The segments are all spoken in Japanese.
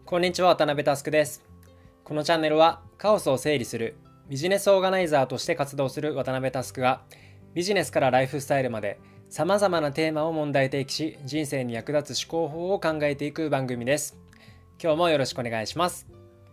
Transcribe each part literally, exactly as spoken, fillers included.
こんにちは、渡辺佑です。このチャンネルはカオスを整理するビジネスオーガナイザーとして活動する渡辺佑がビジネスからライフスタイルまで様々なテーマを問題提起し、人生に役立つ思考法を考えていく番組です。今日もよろしくお願いします。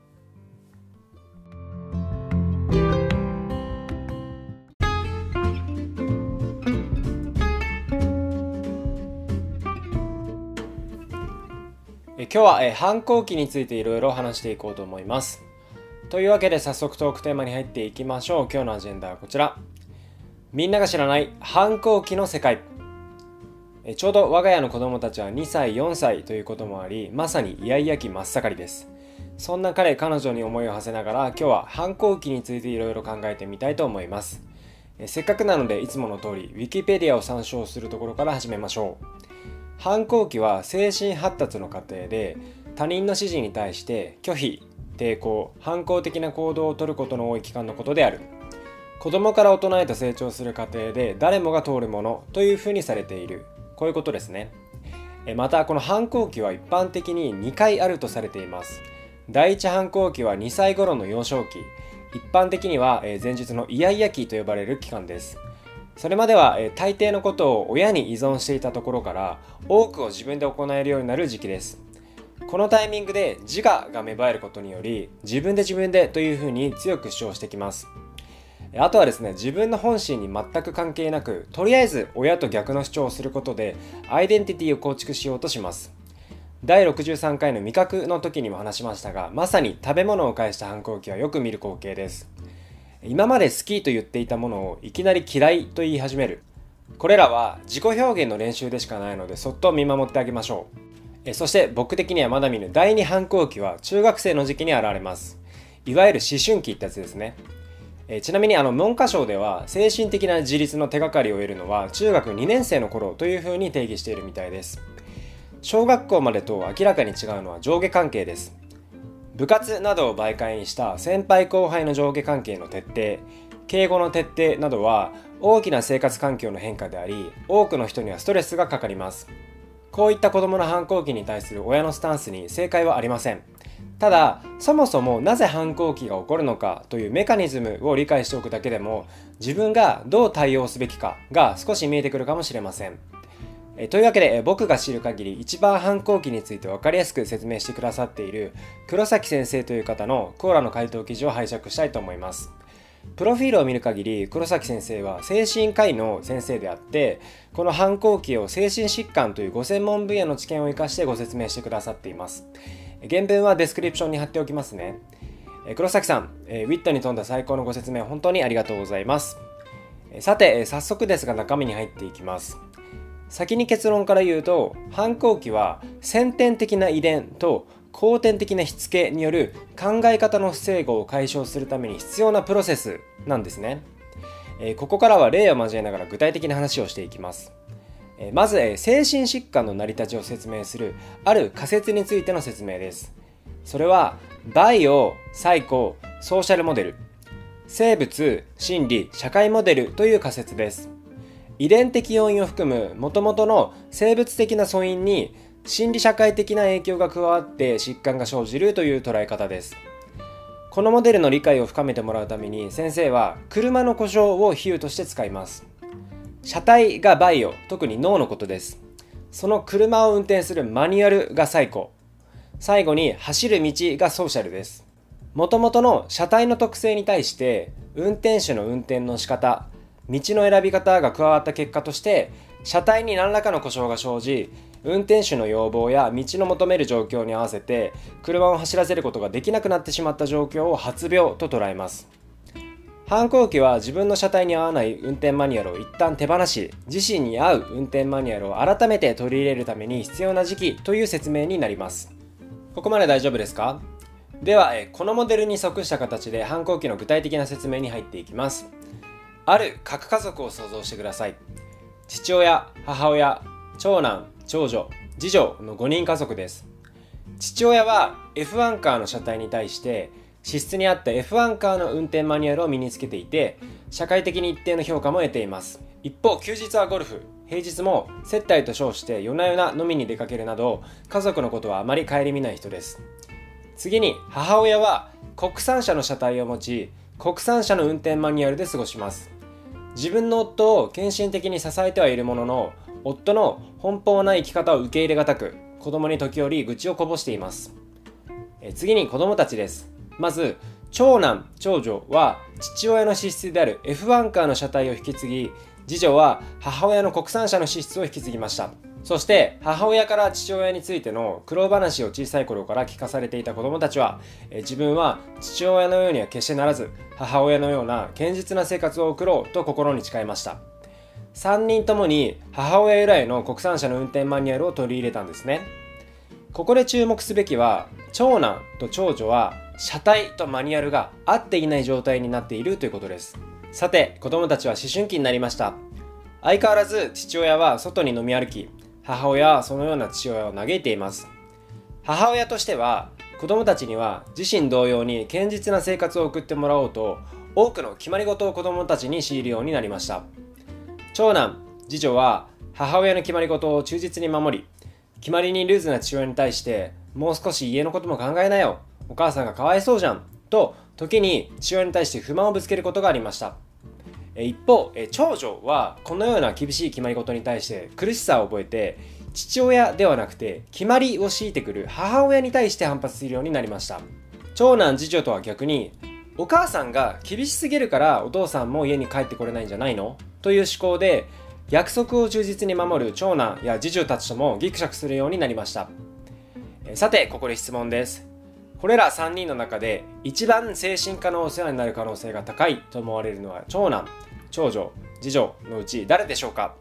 今日は、え反抗期についていろいろ話していこうと思います。というわけで早速トークテーマに入っていきましょう。今日のアジェンダはこちら。みんなが知らない反抗期の世界。えちょうど我が家の子供たちはにさい、よんさいということもあり、まさにイヤイヤ期真っ盛りです。そんな彼、彼女に思いを馳せながら今日は反抗期についていろいろ考えてみたいと思います。えせっかくなのでいつもの通り Wikipedia を参照するところから始めましょう。反抗期は精神発達の過程で他人の指示に対して拒否、抵抗、反抗的な行動をとることの多い期間のことである。子供から大人へと成長する過程で誰もが通るものというふうにされている。こういうことですね。またこの反抗期は一般的ににかいあるとされています。第一反抗期はにさい頃の幼少期、一般的には前述のイヤイヤ期と呼ばれる期間です。それまでは大抵のことを親に依存していたところから多くを自分で行えるようになる時期です。このタイミングで自我が芽生えることにより自分で自分でというふうに強く主張してきます。あとはですね、自分の本心に全く関係なくとりあえず親と逆の主張をすることでアイデンティティを構築しようとします。だいろくじゅうさんかいの味覚の時にも話しましたが、まさに食べ物を介した反抗期はよく見る光景です。今まで好きと言っていたものをいきなり嫌いと言い始める。これらは自己表現の練習でしかないのでそっと見守ってあげましょう。えそして僕的にはまだ見ぬだいに反抗期は中学生の時期に現れます。いわゆる思春期ってやつですね。えちなみにあの文科省では精神的な自立の手がかりを得るのは中学にねん生の頃というふうに定義しているみたいです。小学校までと明らかに違うのは上下関係です。部活などを媒介にした先輩後輩の上下関係の徹底、敬語の徹底などは大きな生活環境の変化であり、多くの人にはストレスがかかります。こういった子供の反抗期に対する親のスタンスに正解はありません。ただ、そもそもなぜ反抗期が起こるのかというメカニズムを理解しておくだけでも、自分がどう対応すべきかが少し見えてくるかもしれません。えというわけで僕が知る限り一番反抗期について分かりやすく説明してくださっている黒崎先生という方のコーラの回答記事を拝借したいと思います。プロフィールを見る限り黒崎先生は精神科医の先生であって、この反抗期を精神疾患というご専門分野の知見を生かしてご説明してくださっています。原文はデスクリプションに貼っておきますね。黒崎さん、ウィットに富んだ最高のご説明本当にありがとうございます。さて早速ですが中身に入っていきます。先に結論から言うと、反抗期は先天的な遺伝と後天的なしつけによる考え方の不整合を解消するために必要なプロセスなんですね。えー、ここからは例を交えながら具体的な話をしていきます。えー、まず、えー、精神疾患の成り立ちを説明するある仮説についての説明です。それはバイオ、サイコ、ソーシャルモデル、生物、心理、社会モデルという仮説です。遺伝的要因を含む元々の生物的な素因に心理社会的な影響が加わって疾患が生じるという捉え方です。このモデルの理解を深めてもらうために先生は車の故障を比喩として使います。車体がバイオ、特に脳のことです。その車を運転するマニュアルがサイコ、最後に走る道がソーシャルです。元々の車体の特性に対して運転手の運転の仕方、道の選び方が加わった結果として車体に何らかの故障が生じ、運転手の要望や道の求める状況に合わせて車を走らせることができなくなってしまった状況を発病と捉えます。反抗期は自分の車体に合わない運転マニュアルを一旦手放し、自身に合う運転マニュアルを改めて取り入れるために必要な時期という説明になります。ここまで大丈夫ですか？ではこのモデルに即した形で反抗期の具体的な説明に入っていきます。ある核家族を想像してください。父親、母親、長男、長女、次女のごにん家族です。父親は エフワン カーの車体に対して資質に合った エフワン カーの運転マニュアルを身につけていて、社会的に一定の評価も得ています。一方、休日はゴルフ、平日も接待と称して夜な夜な飲みに出かけるなど家族のことはあまり顧みない人です。 次に母親は国産車の車体を持ち、国産車の運転マニュアルで過ごします。自分の夫を献身的に支えてはいるものの、夫の奔放な生き方を受け入れがたく、子供に時折愚痴をこぼしています。え次に子供たちです。まず長男長女は父親の資質である エフワン カーの車体を引き継ぎ、次女は母親の国産車の資質を引き継ぎました。そして母親から父親についての苦労話を小さい頃から聞かされていた子供たちは、え自分は父親のようには決してならず、母親のような堅実な生活を送ろうと心に誓いました。さんにんともに母親由来の国産車の運転マニュアルを取り入れたんですね。ここで注目すべきは、長男と長女は車体とマニュアルが合っていない状態になっているということです。さて、子供たちは思春期になりました。相変わらず父親は外に飲み歩き、母親はそのような父親を嘆いています。母親としては、子供たちには自身同様に堅実な生活を送ってもらおうと、多くの決まり事を子供たちに強いるようになりました。長男次女は母親の決まり事を忠実に守り、決まりにルーズな父親に対して、もう少し家のことも考えなよ、お母さんがかわいそうじゃんと時に父親に対して不満をぶつけることがありました。一方、長女はこのような厳しい決まり事に対して苦しさを覚えて、父親ではなくて決まりを強いてくる母親に対して反発するようになりました。長男次女とは逆に、お母さんが厳しすぎるからお父さんも家に帰ってこれないんじゃないのという思考で、約束を忠実に守る長男や次女たちともギクシャクするようになりました。さて、ここで質問です。これらさんにんの中で一番精神科のお世話になる可能性が高いと思われるのは長男、長女、次女のうち誰でしょうか？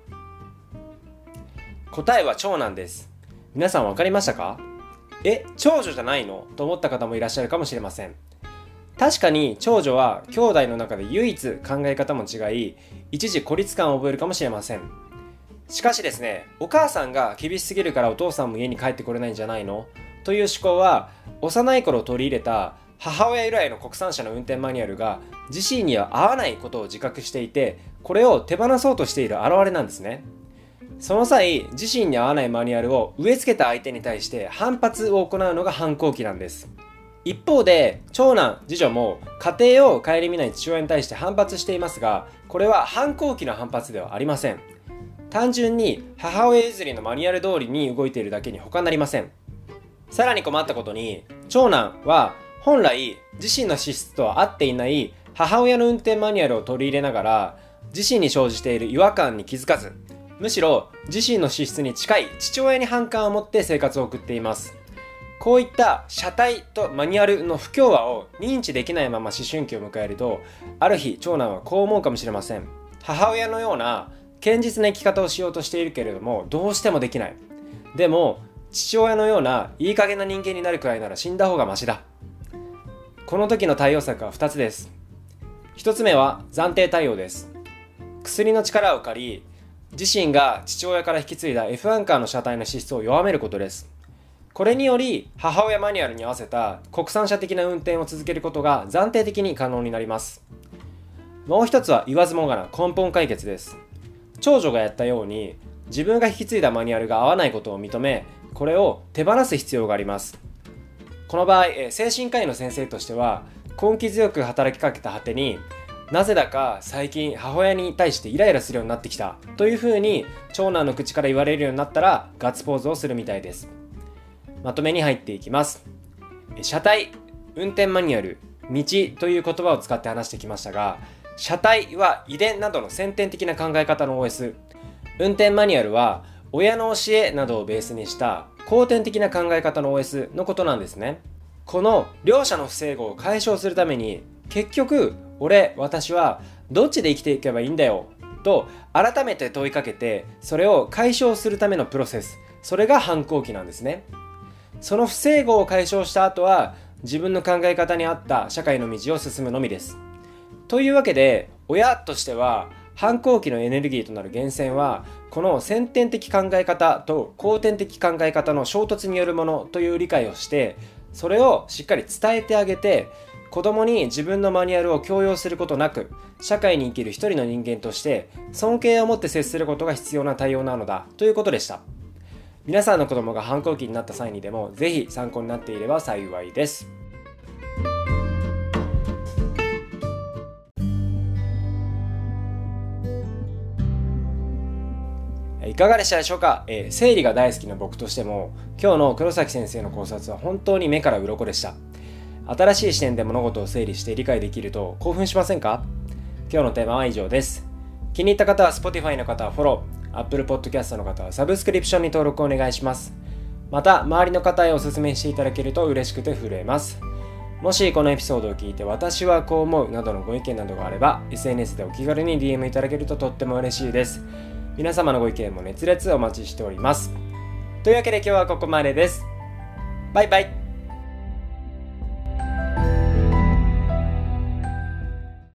答えは長男です。皆さん分かりましたか？え、長女じゃないの？と思った方もいらっしゃるかもしれません。確かに長女は兄弟の中で唯一考え方も違い、一時孤立感を覚えるかもしれません。しかしですね、お母さんが厳しすぎるからお父さんも家に帰ってこれないんじゃないのという思考は、幼い頃取り入れた母親由来の国産車の運転マニュアルが自身には合わないことを自覚していて、これを手放そうとしている表れなんですね。その際、自身に合わないマニュアルを植え付けた相手に対して反発を行うのが反抗期なんです。一方で、長男、次女も家庭を顧みない父親に対して反発していますが、これは反抗期の反発ではありません。単純に母親譲りのマニュアル通りに動いているだけに他なりません。さらに困ったことに、長男は本来自身の資質とは合っていない母親の運転マニュアルを取り入れながら、自身に生じている違和感に気づかず、むしろ自身の資質に近い父親に反感を持って生活を送っています。こういった車体とマニュアルの不協和を認知できないまま思春期を迎えると、ある日長男はこう思うかもしれません。母親のような堅実な生き方をしようとしているけれども、どうしてもできない。でも父親のようないい加減な人間になるくらいなら死んだ方がマシだ。この時の対応策はふたつです。ひとつめは暫定対応です。薬の力を借り、自身が父親から引き継いだ エフワン カーの車体の資質を弱めることです。これにより母親マニュアルに合わせた国産車的な運転を続けることが暫定的に可能になります。もう一つは言わずもがな根本解決です。長女がやったように、自分が引き継いだマニュアルが合わないことを認め、これを手放す必要があります。この場合、精神科医の先生としては根気強く働きかけた果てに、なぜだか最近母親に対してイライラするようになってきたというふうに長男の口から言われるようになったらガッツポーズをするみたいです。まとめに入っていきます。車体、運転マニュアル、道という言葉を使って話してきましたが、車体は遺伝などの先天的な考え方の オーエス、運転マニュアルは親の教えなどをベースにした後天的な考え方の オーエス のことなんですね。この両者の不整合を解消するために、結局俺、私はどっちで生きていけばいいんだよと改めて問いかけて、それを解消するためのプロセス、それが反抗期なんですね。その不整合を解消した後は、自分の考え方に合った社会の道を進むのみです。というわけで、親としては反抗期のエネルギーとなる源泉は、この先天的考え方と後天的考え方の衝突によるものという理解をして、それをしっかり伝えてあげて、子供に自分のマニュアルを強要することなく、社会に生きる一人の人間として尊敬を持って接することが必要な対応なのだということでした。 皆さんの子供が反抗期になった際にでもぜひ参考になっていれば幸いです。いかがでしたでしょうか。えー、生理が大好きな僕としても今日の黒崎先生の考察は本当に目から鱗でした。新しい視点で物事を整理して理解できると興奮しませんか？今日のテーマは以上です。気に入った方は Spotify の方はフォロー、Apple Podcast の方はサブスクリプションに登録お願いします。また周りの方へお勧めしていただけると嬉しくて震えます。もしこのエピソードを聞いて私はこう思うなどのご意見などがあれば エスエヌエス でお気軽に ディーエム いただけるととっても嬉しいです。皆様のご意見も熱烈お待ちしております。というわけで今日はここまでです。バイバイ。